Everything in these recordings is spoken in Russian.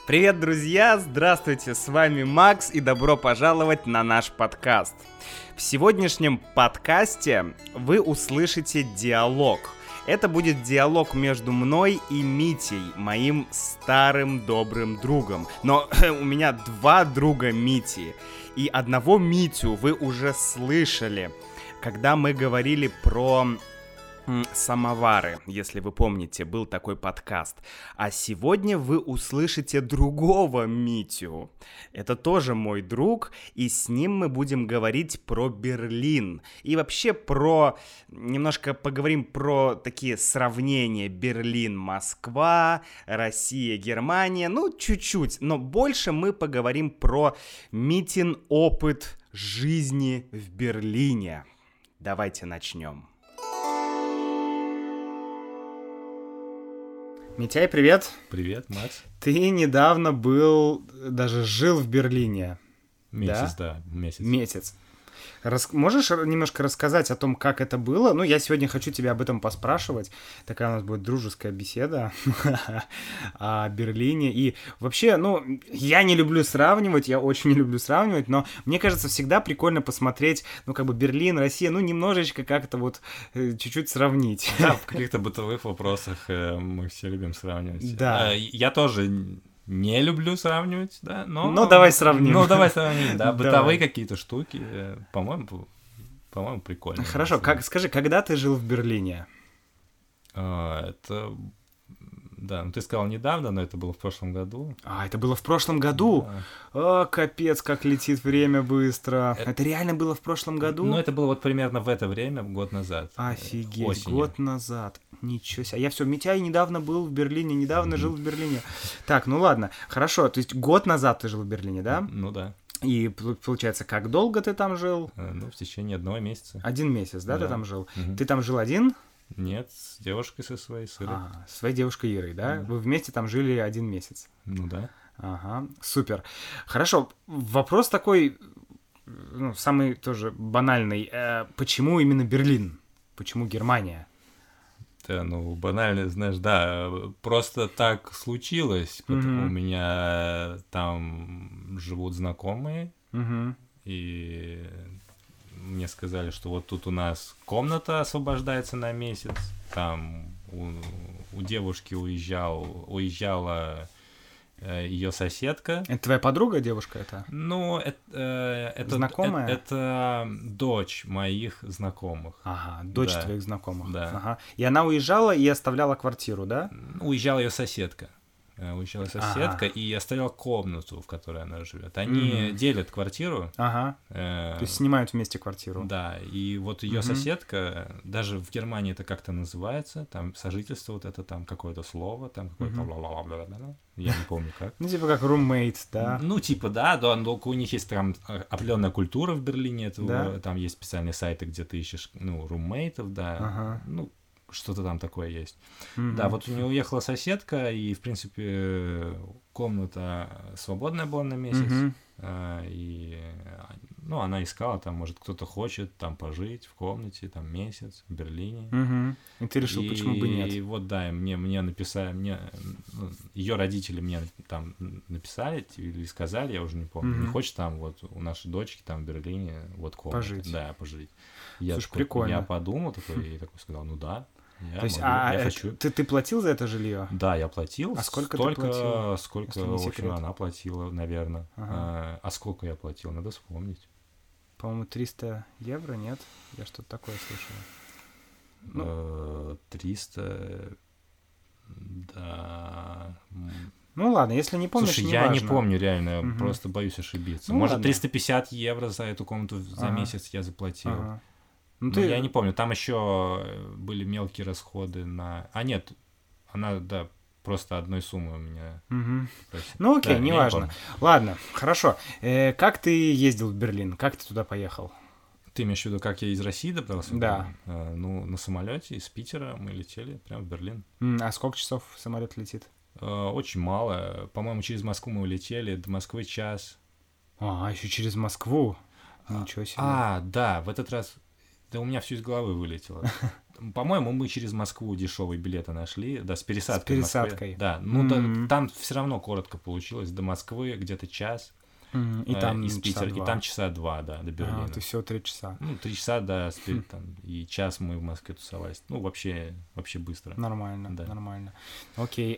Привет, друзья! Здравствуйте, с вами Макс и добро пожаловать на наш подкаст. В сегодняшнем подкасте вы услышите диалог. Это будет диалог между мной и Митей, моим старым добрым другом. Но у меня два друга Мити, и одного Митю вы уже слышали, когда мы говорили про самовары, если вы помните, был такой подкаст. А сегодня вы услышите другого Митю. Это тоже мой друг, и с ним мы будем говорить про Берлин. И вообще немножко поговорим про такие сравнения Берлин-Москва, Россия-Германия. Ну, чуть-чуть, но больше мы поговорим про Митин опыт жизни в Берлине. Давайте начнем. Митяй, привет. Привет, Макс. Ты недавно даже жил в Берлине. Месяц, да, месяц. Месяц. Можешь немножко рассказать о том, как это было? Ну, я сегодня хочу тебя об этом поспрашивать. Такая у нас будет дружеская беседа о Берлине. И вообще, я не люблю сравнивать, я очень не люблю сравнивать, но мне кажется, всегда прикольно посмотреть, Берлин, Россия, немножечко как-то чуть-чуть сравнить. Да, в каких-то бытовых вопросах мы все любим сравнивать. Да. Я тоже не люблю сравнивать, да, но... давай сравним. Давай сравним, да, бытовые какие-то штуки, по-моему, прикольно. Хорошо, скажи, когда ты жил в Берлине? Это... Да, ты сказал недавно, но это было в прошлом году. Это было в прошлом году? Да. Капец, как летит время быстро. Это реально было в прошлом году? Это было примерно в это время, год назад. Офигеть, осенью. Год назад. Ничего себе. Митяй недавно был в Берлине, жил в Берлине. Так, ладно, хорошо, то есть год назад ты жил в Берлине, да? Ну да. И получается, как долго ты там жил? В течение 1 месяца. 1 месяц, да, ты там жил? Угу. Ты там жил один? Нет, с девушкой со своей, с Ирой. С своей девушкой Ирой, да? Вы вместе там жили 1 месяц? Ну да. Ага, супер. Хорошо, вопрос такой, самый тоже банальный. Почему именно Берлин? Почему Германия? Да, банально, знаешь, да, просто так случилось, потому у меня там живут знакомые, и мне сказали, что вот тут у нас комната освобождается на месяц, там у девушки уезжала ее соседка. Это твоя подруга, девушка это? Это знакомая? Это дочь моих знакомых. Ага, дочь твоих знакомых. Да. Ага. И она уезжала и оставляла квартиру, да? Уезжала ее соседка. И оставила комнату, в которой она живет. Они делят квартиру. Ага. То есть снимают вместе квартиру. Да, и вот ее соседка, даже в Германии это как-то называется, там сожительство, вот это там какое-то слово, там какое-то бла-бла-бла-бла-бла, я не помню как. Типа как roommate, да? Да, у них есть там определенная культура в Берлине, там есть специальные сайты, где ты ищешь, руммейтов, да, что-то там такое есть. Да, вот у нее уехала соседка, и, в принципе, комната свободная была на месяц, и, она искала, там, может, кто-то хочет там пожить в комнате, там, месяц в Берлине. И ты решил, почему бы нет? И вот, да, мне написали, ее родители мне там написали или сказали, я уже не помню, не хочешь там, вот, у нашей дочки там в Берлине, вот, комната. Пожить. Да, пожить. Слушай, прикольно. Я подумал такой, и такой сказал, да. То есть, я хочу. Ты платил за это жилье? Да, я платил. А сколько ты платил? Сколько, в общем, она платила, наверное. А сколько я платил, надо вспомнить. По-моему, 300 евро, нет? Я что-то такое слышал. 300... Да... Ладно, если не помнишь, слушай, не я важно. не помню, реально, просто боюсь ошибиться. Может, ладно. 350 евро за эту комнату за месяц я заплатил. Ты... Я не помню, там еще были мелкие расходы на... нет, она, да, просто одной суммы у меня. Окей, неважно. Ладно, хорошо. Как ты ездил в Берлин? Как ты туда поехал? Ты имеешь в виду, как я из России добрался? Да. На самолете из Питера мы летели прямо в Берлин. А сколько часов самолет летит? Очень мало. По-моему, через Москву мы улетели, до Москвы час. Еще через Москву? Ничего себе. Да, в этот раз... Да у меня все из головы вылетело. По-моему, мы через Москву дешевые билеты нашли, да, с пересадкой. С пересадкой. Да, ну там все равно коротко получилось, до Москвы где-то час. И там из Питера, и там часа 2, да, до Берлина. То всего 3 часа. Ну, 3 часа, да, там, и час мы в Москве тусовались. Ну, вообще быстро. Нормально, да. Нормально. Окей,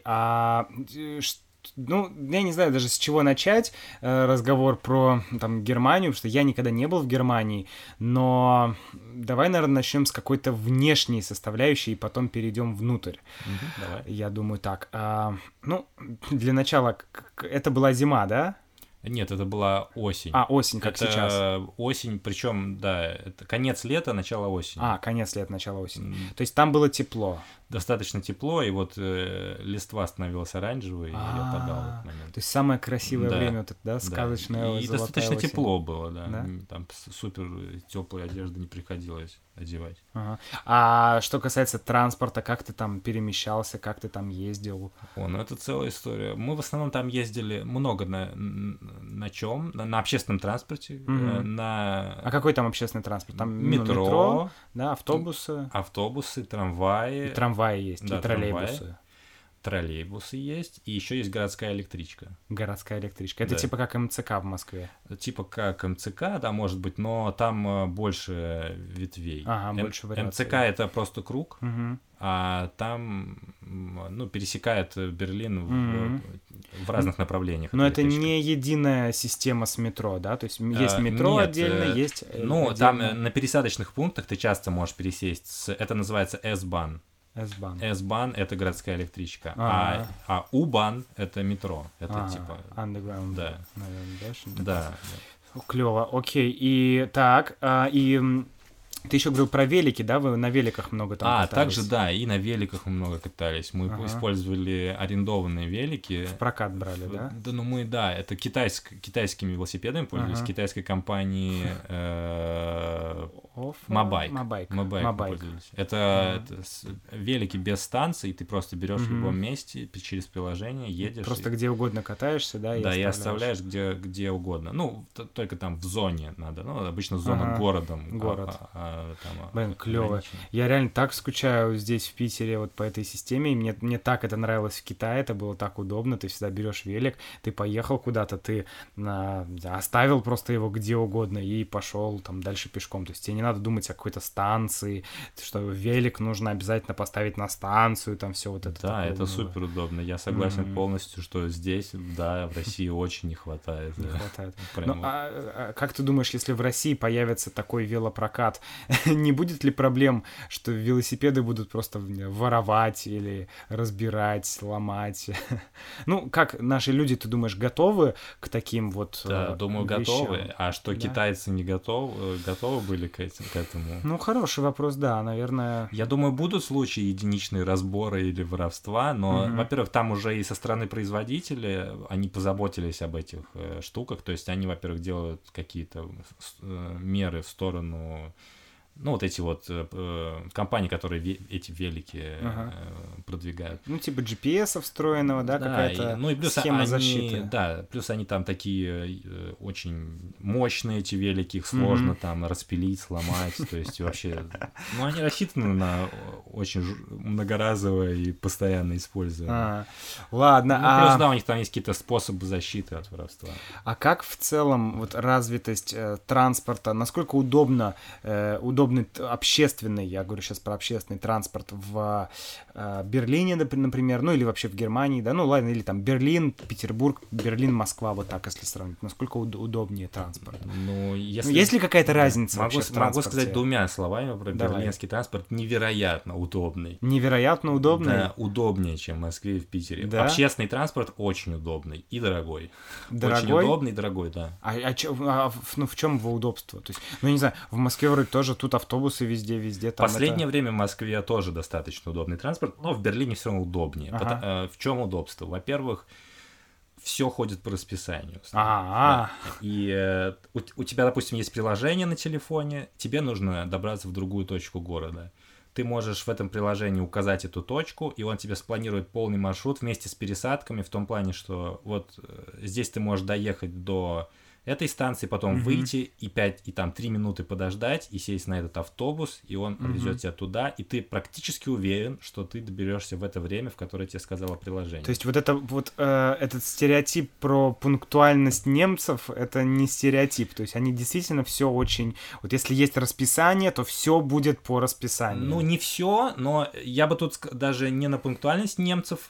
ну, я не знаю даже с чего начать разговор про там Германию, потому что я никогда не был в Германии, но давай, наверное, начнем с какой-то внешней составляющей и потом перейдем внутрь. Давай. Я думаю так. Ну, для начала, это была зима, да? Нет, это была осень. Осень, как это сейчас. Осень, причем, да, это конец лета, начало осени. Конец лета, начало осени. То есть там было тепло. Достаточно тепло, и вот листва становилась оранжевой, и я подал в этот момент. То есть самое красивое время, вот это, да, сказочное. И достаточно осень. Тепло было, да. Там супер теплой одежды не приходилось одевать. А что касается транспорта, как ты там перемещался, как ты там ездил? Ну это целая история. Мы в основном там ездили много на чем? На общественном транспорте. А какой там общественный транспорт? Там метро, да, автобусы. Автобусы, трамваи. И трамваи есть, да, и троллейбусы. Троллейбусы есть, и еще есть городская электричка. Городская электричка. Это типа как МЦК в Москве. Типа как МЦК, да, может быть, но там больше ветвей. Больше вариаций. МЦК это просто круг, а там, пересекает Берлин в разных направлениях. Но это не единая система с метро, да? То есть есть метро отдельно, есть... там на пересадочных пунктах ты часто можешь пересесть. Это называется S-Bahn. S-Bahn — это городская электричка, а U-Bahn — это метро. Это типа... Underground, да. Наверное, да. Клево, окей. И так, ты еще говорил про велики, да? Вы на великах много там катались? Также, да, и на великах мы много катались. Мы использовали арендованные велики. В прокат брали, да? Да, это китайскими велосипедами пользовались, китайской компании Mobike пользовались. Это велики без станций, ты просто берешь в любом месте, через приложение едешь. Просто где угодно катаешься, да? Да, и оставляешь где угодно. Ну, только там в зоне надо. Ну, обычно зона городом. Город. Клево. Я реально так скучаю здесь, в Питере, вот по этой системе. И мне так это нравилось в Китае, это было так удобно. Ты всегда берешь велик, ты поехал куда-то, ты оставил просто его где угодно и пошел там дальше пешком. То есть тебе не надо думать о какой-то станции, что велик нужно обязательно поставить на станцию, там все вот это. Да, это супер удобно. Я согласен полностью, что здесь, да, в России очень не хватает. Не хватает. Ну, как ты думаешь, если в России появится такой велопрокат, не будет ли проблем, что велосипеды будут просто воровать или разбирать, ломать? Ну, как наши люди, ты думаешь, готовы к таким вот Да, думаю, вещам? готовы. А что китайцы не готовы были к этому? Ну, хороший вопрос, да, наверное. Я думаю, будут случаи единичные разборы или воровства, но, во-первых, там уже и со стороны производителя они позаботились об этих штуках, то есть они, во-первых, делают какие-то меры в сторону... Ну, вот эти вот компании, которые эти велики продвигают. Ну, типа GPS встроенного, да, какая-то схема защиты. Да, плюс они там такие очень мощные, эти велики, их сложно там распилить, сломать, то есть вообще... Ну, они рассчитаны на очень многоразовое и постоянное использование. Ладно, ну, плюс, да, у них там есть какие-то способы защиты от воровства. А как в целом вот развитость транспорта, насколько удобный общественный, я говорю сейчас про общественный транспорт в Берлине, например, ну или вообще в Германии, да, ну ладно, или там Берлин, Петербург, Берлин, Москва, вот так, если сравнить, насколько удобнее транспорт? Ну, есть ли какая-то разница вообще в транспорте? Могу сказать двумя словами про берлинский транспорт. Невероятно удобный. Невероятно удобный? Да, удобнее, чем в Москве и в Питере. Да? Общественный транспорт очень удобный и дорогой. Очень удобный и дорогой, да. Ну, в чем его удобство? То есть, ну, не знаю, в Москве вроде тоже тут автобусы везде. Там Последнее время в Москве тоже достаточно удобный транспорт, но в Берлине все равно удобнее. В чем удобство? Во-первых, все ходит по расписанию. Да. И у тебя, допустим, есть приложение на телефоне, тебе нужно добраться в другую точку города. Ты можешь в этом приложении указать эту точку, и он тебе спланирует полный маршрут вместе с пересадками, в том плане, что вот здесь ты можешь доехать до этой станции, потом выйти и 3 минуты подождать и сесть на этот автобус, и он повезет тебя туда, и ты практически уверен, что ты доберешься в это время, в которое тебе сказало приложение. То есть этот стереотип про пунктуальность немцев, это не стереотип, то есть они действительно все очень... Вот если есть расписание, то все будет по расписанию. Ну, не все, но я бы тут даже не на пунктуальность немцев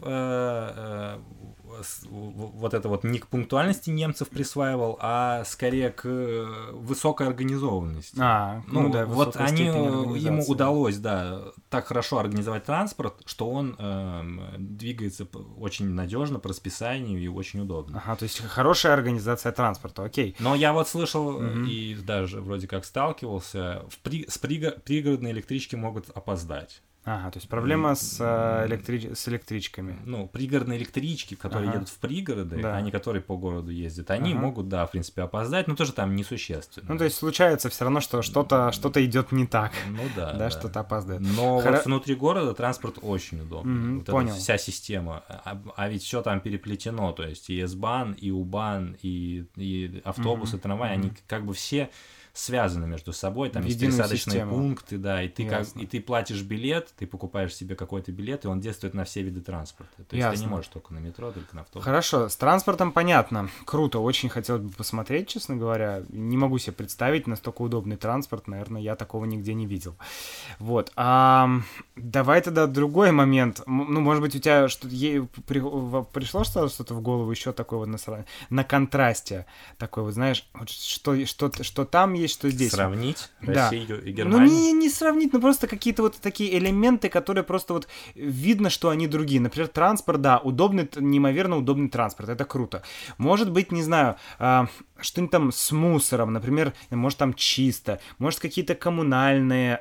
вот это вот не к пунктуальности немцев присваивал, а скорее к высокой организованности. Вот ему удалось, так хорошо организовать транспорт, что он двигается очень надежно по расписанию и очень удобно. Ага, то есть хорошая организация транспорта, окей. Но я вот слышал и даже вроде как сталкивался, пригородные электрички могут опоздать. Ага, то есть проблема с электричками. Ну, пригородные электрички, которые едут в пригороды, а не которые по городу ездят, они могут, в принципе, опоздать, но тоже там несущественно. Ну, то есть случается все равно, что что-то идет не так. Ну да. Что-то опаздывает. Но вот внутри города транспорт очень удобный. Понял. Эта вся система. А ведь все там переплетено, то есть и S-Bahn, и U-Bahn, и автобусы, трамваи, они как бы все связаны между собой, там есть пересадочные пункты, и ты платишь билет, ты покупаешь себе какой-то билет, и он действует на все виды транспорта. То есть ты не можешь только на метро, только на автобус. Хорошо, с транспортом понятно. Круто, очень хотел бы посмотреть, честно говоря. Не могу себе представить настолько удобный транспорт, наверное, я такого нигде не видел. Вот. Давай тогда другой момент. Ну, может быть, у тебя пришло что-то в голову еще такое вот на контрасте, такой вот, знаешь, вот что там есть, что здесь. Сравнить Россию и Германию? Ну, не сравнить, но просто какие-то вот такие элементы, которые просто вот видно, что они другие. Например, транспорт, удобный, неимоверно удобный транспорт, это круто. Может быть, не знаю, что-нибудь там с мусором, например, может там чисто, может какие-то коммунальные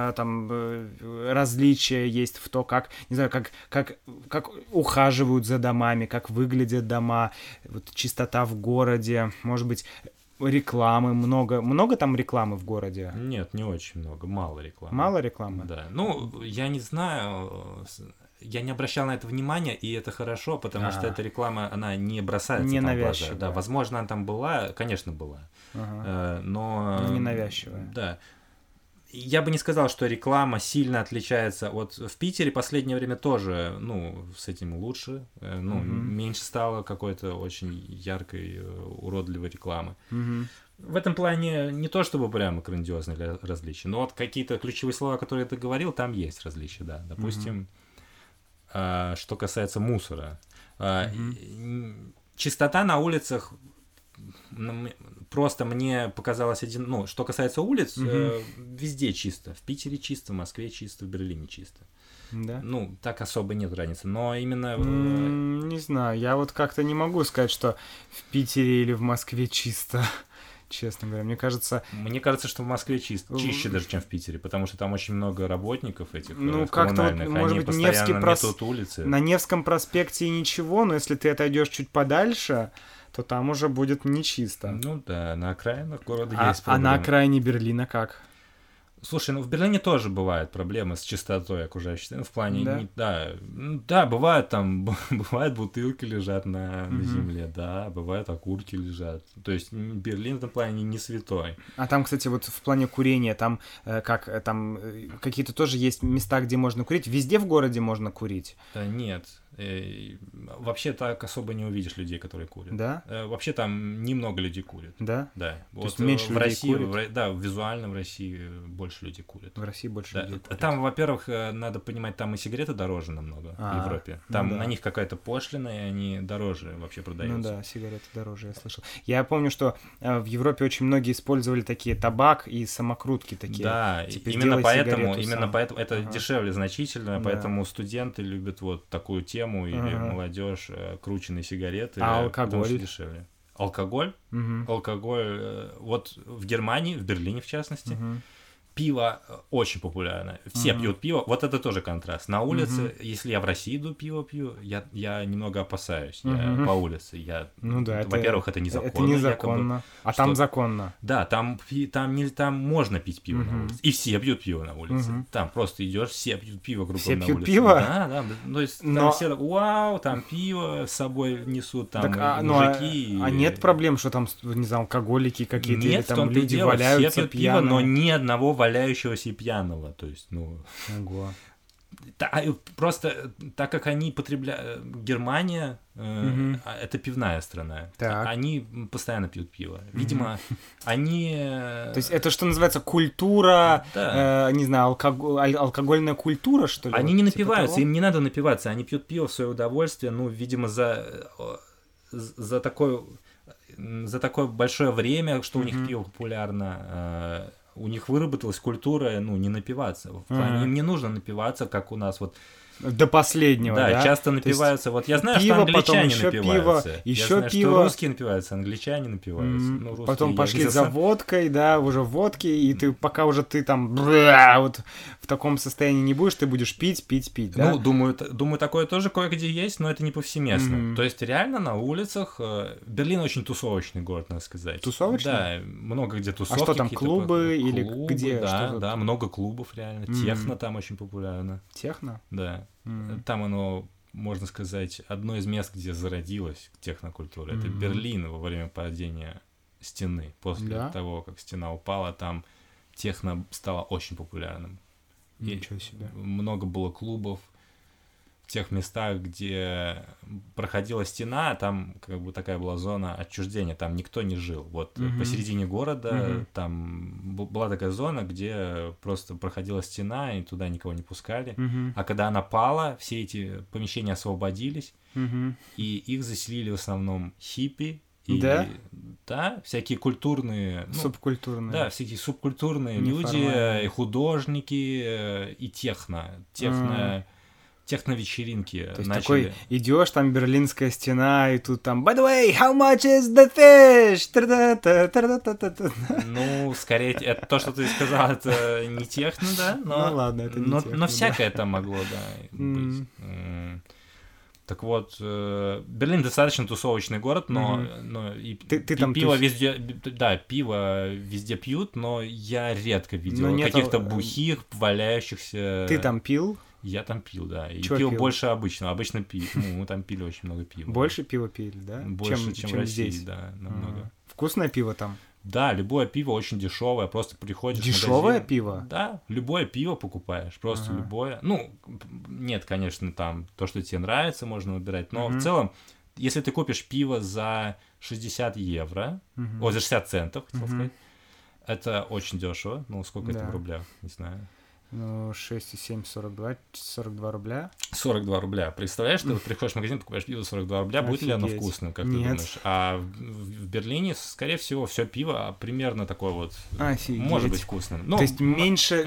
различия есть в то, как, не знаю, как ухаживают за домами, как выглядят дома, вот чистота в городе, может быть, рекламы много там рекламы в городе? Нет, не очень много, мало рекламы. Мало рекламы? Да, ну, я не знаю, я не обращал на это внимания, и это хорошо, потому что эта реклама, она не бросается не там в глаза. Да, возможно, она там была, конечно, была, но... Не навязчивая. Да. Я бы не сказал, что реклама сильно отличается. Вот в Питере в последнее время тоже, с этим лучше. Меньше стало какой-то очень яркой, уродливой рекламы. В этом плане не то чтобы прямо грандиозные различия, но вот какие-то ключевые слова, которые ты говорил, там есть различия, да. Допустим, что касается мусора. Чистота на улицах... Просто мне показалось что касается улиц, везде чисто. В Питере чисто, в Москве чисто, в Берлине чисто. Да? Ну, так особо нет разницы, но именно... Не знаю, я вот как-то не могу сказать, что в Питере или в Москве чисто. Честно говоря, мне кажется, что в Москве чище даже, чем в Питере, потому что там очень много работников этих коммунальных, может быть, Невский метут улицы. На Невском проспекте ничего, но если ты отойдешь чуть подальше, то там уже будет нечисто. Ну да, на окраинах города есть А проблемы. на окраине Берлина как? Слушай, в Берлине тоже бывают проблемы с чистотой окружающей среды. В плане, бывают бутылки лежат на земле, бывают окурки лежат. То есть Берлин в этом плане не святой. А там, кстати, вот в плане курения, там какие-то тоже есть места, где можно курить? Везде в городе можно курить? Да нет. Вообще так особо не увидишь людей, которые курят. Да? Вообще там немного людей курят. Да? Да. То есть меньше людей курят? Визуально в России больше людей курят. В России больше людей курят. Там, во-первых, надо понимать, там и сигареты дороже намного в Европе. Там на них какая-то пошлина, и они дороже вообще продаются. Ну да, сигареты дороже, я слышал. Я помню, что в Европе очень многие использовали такие табак и самокрутки такие. Да, именно поэтому это дешевле значительно, поэтому студенты любят вот такую тему, или молодежь, крученные сигареты. А алкоголь? Дешевле. Алкоголь? Алкоголь. Вот в Германии, в Берлине в частности, пиво очень популярно. Все пьют пиво. Вот это тоже контраст. На улице, если я в России пиво пью, я немного опасаюсь. Я по улице. Во-первых, это незаконно. Это незаконно. Якобы, а там законно. Да, там можно пить пиво на улице. И все пьют пиво на улице. Там просто идешь, все пьют пиво кругом на улице. Все пьют пиво? Да. То есть там все так, вау, там пиво с собой несут, там мужики. А нет проблем, что там, не знаю, алкоголики какие-то, нет, или там люди валяются все пьют пьяные? Пиво, но ни одного валяющегося и пьяного. То есть, Ого. Просто так как они потребляют... Германия это пивная страна. Так. Они постоянно пьют пиво. Видимо, они... То есть это что называется культура, не знаю, алкогольная культура, что ли? Они не напиваются, им не надо напиваться. Они пьют пиво в свое удовольствие, видимо, за такое большое время, что у них пиво популярно, у них выработалась культура, не напиваться. В плане, им не нужно напиваться, как у нас вот. До последнего, да? Да, часто напиваются. Вот я знаю, что англичане напиваются. Еще я знаю, что русские напиваются, англичане напиваются. Потом пошли за водкой, да, уже водки, и пока ты там вот в таком состоянии не будешь, ты будешь пить, да? Думаю, такое тоже кое-где есть, но это не повсеместно. То есть реально на улицах Берлин очень тусовочный город, надо сказать. Тусовочный? Да, много где тусовки. А что там, клубы или где? Да, много клубов реально. Техно там очень популярно. Техно? Да. Там оно, можно сказать, одно из мест, где зародилась технокультура. Это Берлин во время падения стены. После того, как стена упала, там техно стало очень популярным. Ничего себе. Много было клубов в тех местах, где проходила стена, там как бы такая была зона отчуждения, там никто не жил. Вот посередине города там была такая зона, где просто проходила стена, и туда никого не пускали. А когда она пала, все эти помещения освободились, и их заселили в основном хиппи. Да, всякие культурные... Субкультурные. Да, всякие субкультурные люди, и художники, и техно-вечеринки. То есть такой идешь, там Берлинская стена, и тут там by the way, how much is the fish? Скорее, это то, что ты сказал, это не техно, да? Ладно, это не техно. Но всякое там могло, да, быть. Так вот, Берлин достаточно тусовочный город, но пиво везде, пиво везде пьют, но я редко видел каких-то бухих, валяющихся. Ты там пил? Я там пил, да. И пил больше обычного. Обычно мы там пили очень много пива. Больше пива пили, да? Больше, чем в России, здесь? Да, намного. Вкусное пиво там? Да, любое пиво очень дешевое, просто приходишь в магазин. Дешевое пиво? Да, любое пиво покупаешь, просто любое. Нет, конечно, там то, что тебе нравится, можно выбирать, но в целом, если ты купишь пиво за 60 евро, за 60 центов, хотел сказать, это очень дешево. Сколько это в рублях, не знаю. 6,7, 42 рубля. 42 рубля. Представляешь, ты приходишь в магазин, покупаешь пиво за 42 рубля, будет ли оно вкусным, как ты думаешь? А в Берлине, скорее всего, все пиво примерно такое вот может быть вкусным. То есть меньше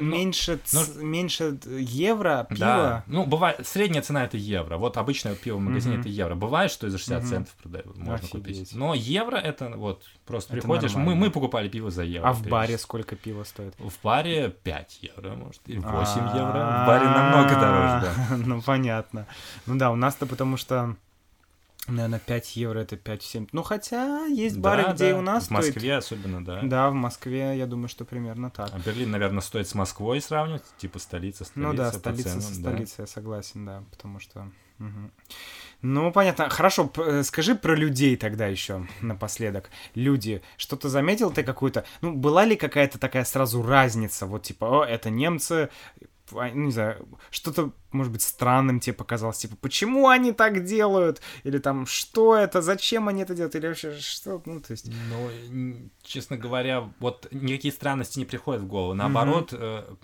евро пива? Да. Бывает, средняя цена это евро. Вот обычное пиво в магазине это евро. Бывает, что и за 60 центов продают, можно купить. Но евро это вот просто приходишь, мы покупали пиво за евро. А в баре сколько пива стоит? В баре 5 евро, может, или 8 евро. В баре намного дороже, да. Понятно. да, у нас-то потому что, наверное, 5 евро это 5-7. Хотя есть бары, где и у нас стоит. В Москве особенно, да. Да, в Москве, я думаю, что примерно так. А Берлин, наверное, стоит с Москвой сравнивать, типа столица. Столица со столицей, я согласен, да, потому что... понятно. Хорошо, скажи про людей тогда еще напоследок. Люди, что-то заметил ты какую-то? Была ли какая-то такая сразу разница? Вот типа, это немцы, не знаю, что-то, может быть, странным тебе показалось, типа, почему они так делают? Или там, что это, зачем они это делают? Или вообще, что, то есть... честно говоря, вот никакие странности не приходят в голову. Наоборот,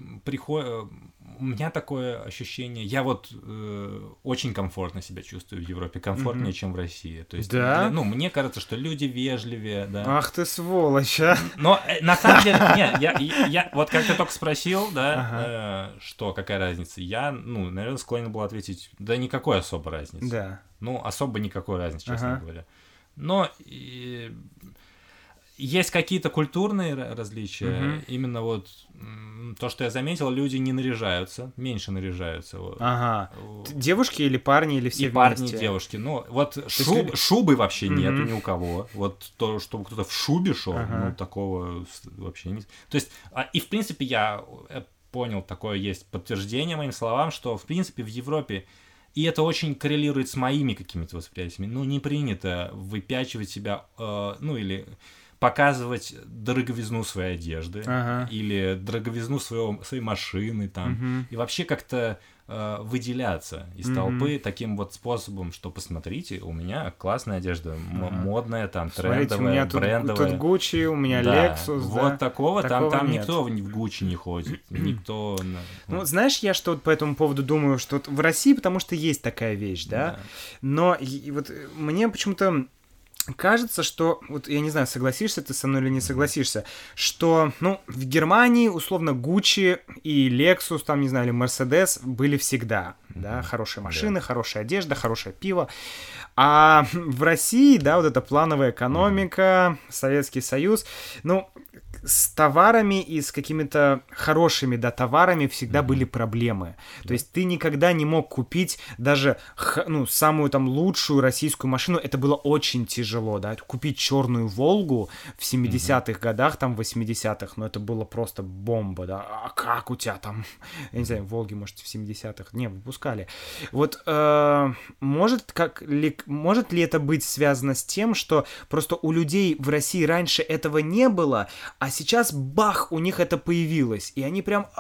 у меня такое ощущение, я вот очень комфортно себя чувствую в Европе, комфортнее, чем в России. То есть, мне кажется, что люди вежливее, да. Ах ты сволочь, а! Но на самом деле, я вот как ты только спросил, да, что, какая разница, я, наверное, склонен был ответить, да никакой особой разницы. Да. Особо никакой разницы, честно говоря. Но есть какие-то культурные различия. Именно вот то, что я заметил, люди не наряжаются, меньше наряжаются. Ага. Девушки или парни, или все и вместе? Парни, и девушки. Ну, вот шубы вообще нету ни у кого. Вот то, чтобы кто-то в шубе шел, ну, такого вообще нет. То есть, и в принципе я понял, такое есть подтверждение моим словам, что в принципе в Европе, и это очень коррелирует с моими какими-то восприятиями, ну, не принято выпячивать себя, ну, или показывать дороговизну своей одежды, или дороговизну своей машины, там, и вообще как-то выделяться из толпы таким вот способом, что посмотрите, у меня классная одежда, модная, там, трендовая, смотрите, у меня брендовая. Тут Gucci, у меня Lexus, вот такого там нет. никто в Gucci не ходит, никто... Ну, знаешь, я что по этому поводу думаю, что в России, потому что есть такая вещь, да? Но вот мне почему-то кажется, что, вот я не знаю, согласишься ты со мной или не согласишься, что, ну, в Германии, условно, Gucci и Lexus, там, не знаю, или Mercedes были всегда, да, хорошие машины, хорошая одежда, хорошее пиво, а в России, да, вот эта плановая экономика, Советский Союз, ну, с товарами и с какими-то хорошими, да, товарами всегда были проблемы. То есть ты никогда не мог купить даже, ну, самую там лучшую российскую машину. Это было очень тяжело, да. Купить черную Волгу в 70-х годах, там, в 80-х, ну, это было просто бомба, да. А как у тебя там, я не знаю, Волги, может, в 70-х не выпускали. Вот может ли это быть связано с тем, что просто у людей в России раньше этого не было, а сейчас, бах, у них это появилось. И они прям,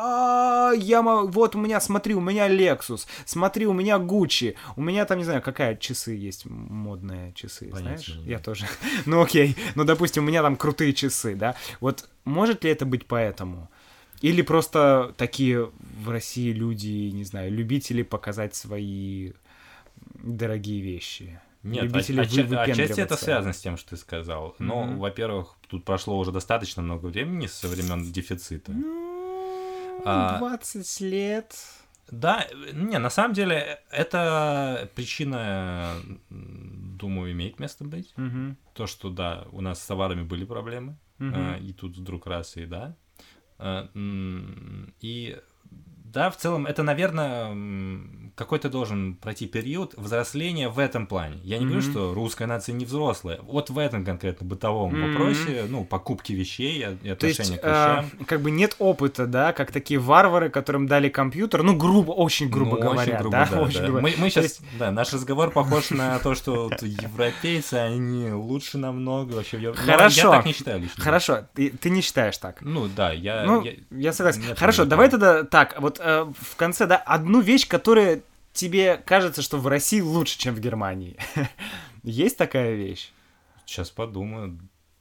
вот у меня, смотри, у меня Lexus, смотри, у меня Gucci, у меня там, не знаю, какая часы есть, модные часы, знаешь? Я тоже. Ну окей, ну допустим, у меня там крутые часы, да? Вот может ли это быть поэтому? Или просто такие в России люди, не знаю, любители показать свои дорогие вещи? Нет, отчасти это связано с тем, что ты сказал. Но, во-первых, тут прошло уже достаточно много времени со времен дефицита. 20 лет. Да, на самом деле, эта причина, думаю, имеет место быть. То, что, да, у нас с товарами были проблемы, и тут вдруг раз и да. И да, в целом, это, наверное, какой-то должен пройти период взросления в этом плане. Я не говорю, что русская нация не взрослая. Вот в этом конкретно бытовом вопросе, ну, покупки вещей и отношения к вещам. Как бы нет опыта, да, как такие варвары, которым дали компьютер, ну, очень грубо говоря. Мы сейчас, да, наш разговор похож на то, что европейцы, они лучше намного вообще. Хорошо. Я так не считаю лично. Хорошо, ты не считаешь так. Ну, да, я согласен. Хорошо, давай тогда так, вот в конце, да, одну вещь, которая тебе кажется, что в России лучше, чем в Германии. Есть такая вещь? Сейчас подумаю.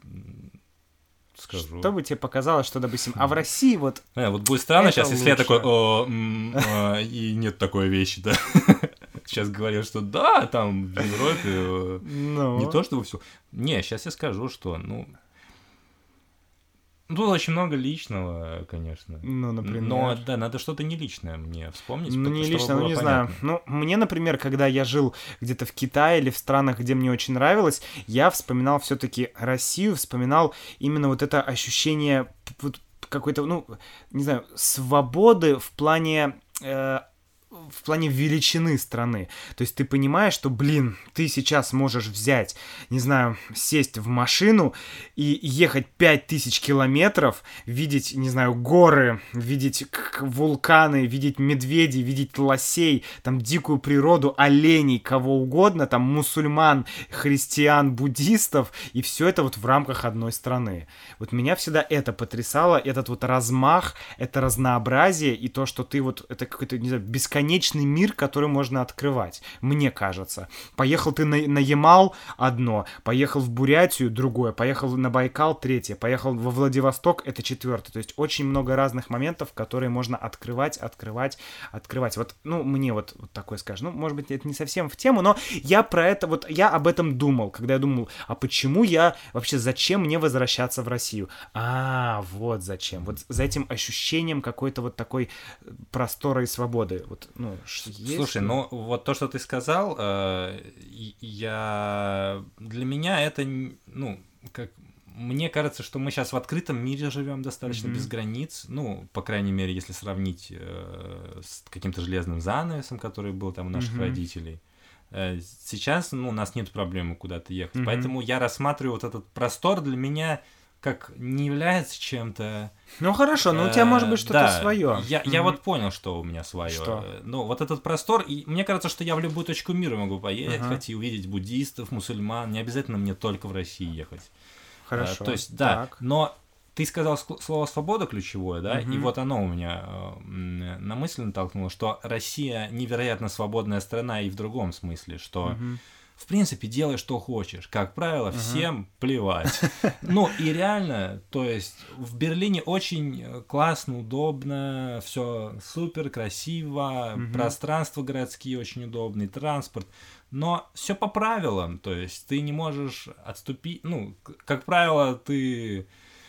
Скажу. Что бы тебе показалось, что, допустим, а в России вот... Вот будет странно сейчас, если я такой, и нет такой вещи, да. Сейчас говорят, что да, там в Европе не то, чтобы все. Не, сейчас я скажу, что, тут очень много личного, конечно. Ну, например. Но, да, надо что-то не личное мне вспомнить. Ну, не лично, не знаю. Ну, мне, например, когда я жил где-то в Китае или в странах, где мне очень нравилось, я вспоминал все-таки Россию, вспоминал именно вот это ощущение какой-то, не знаю, свободы в плане величины страны. То есть ты понимаешь, что, ты сейчас можешь взять, не знаю, сесть в машину и ехать 5000 километров, видеть, не знаю, горы, видеть вулканы, видеть медведей, видеть лосей, там дикую природу, оленей, кого угодно, там мусульман, христиан, буддистов, и все это вот в рамках одной страны. Вот меня всегда это потрясало, этот вот размах, это разнообразие, и то, что ты вот, это какой-то, не знаю, бесконечный мир, который можно открывать, мне кажется. Поехал ты на Ямал — одно, поехал в Бурятию — другое, поехал на Байкал — третье, поехал во Владивосток — это четвертое. То есть очень много разных моментов, которые можно открывать. Вот, мне вот такое скажешь. Может быть, это не совсем в тему, но я я об этом думал, когда я думал, а почему зачем мне возвращаться в Россию? Вот зачем. Вот за этим ощущением какой-то вот такой простора и свободы. Вот, слушай, вот то, что ты сказал, для меня это, как мне кажется, что мы сейчас в открытом мире живем достаточно без границ. Ну, по крайней мере, если сравнить с каким-то железным занавесом, который был там у наших родителей. Сейчас, у нас нет проблемы куда-то ехать. Поэтому я рассматриваю вот этот простор для меня как не является чем-то... Ну хорошо, но у тебя может быть что-то свое. Я вот понял, что у меня свое. Что? Ну, вот этот простор, и мне кажется, что я в любую точку мира могу поехать и увидеть буддистов, мусульман. Не обязательно мне только в России ехать. Хорошо. То есть, да, так. Но ты сказал слово «свобода» ключевое, да, и вот оно у меня на мысль натолкнуло, что Россия невероятно свободная страна и в другом смысле, что... В принципе, делай, что хочешь. Как правило, всем плевать. Ну, и реально, то есть, в Берлине очень классно, удобно, все супер, красиво, пространства городские очень удобные, транспорт. Но все по правилам, то есть, ты не можешь отступить. Ну, как правило, ты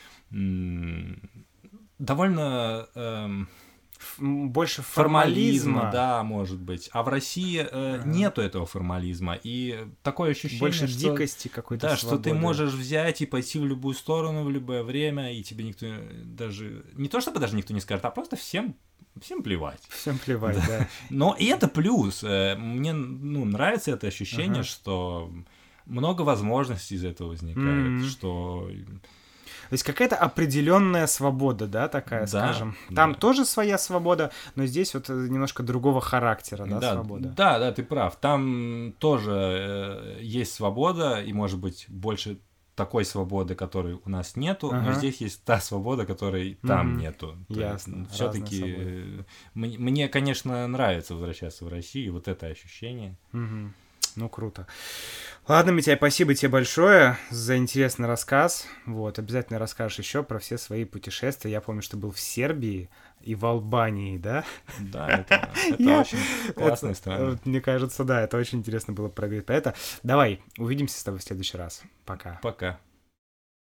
довольно... больше формализма. Да, может быть. А в России нету этого формализма. И такое ощущение, больше дикости какой-то. Да, свободы. Что ты можешь взять и пойти в любую сторону в любое время, и тебе никто даже... Не то чтобы даже никто не скажет, а просто всем плевать. Всем плевать, да. Но и это плюс. Мне нравится это ощущение, что много возможностей из этого возникает, что... То есть какая-то определенная свобода, да, такая, скажем. Там тоже своя свобода, но здесь вот немножко другого характера, да, свобода. Да, ты прав. Там тоже есть свобода, и, может быть, больше такой свободы, которой у нас нету, но здесь есть та свобода, которой там нету. Ясно. Все-таки мне, конечно, нравится возвращаться в Россию, вот это ощущение. Ну, круто. Ладно, Митяй, спасибо тебе большое за интересный рассказ. Вот, обязательно расскажешь еще про все свои путешествия. Я помню, что был в Сербии и в Албании, да? Да, это очень классная страна. Мне кажется, да, это очень интересно было проговорить про это. Давай, увидимся с тобой в следующий раз. Пока. Пока.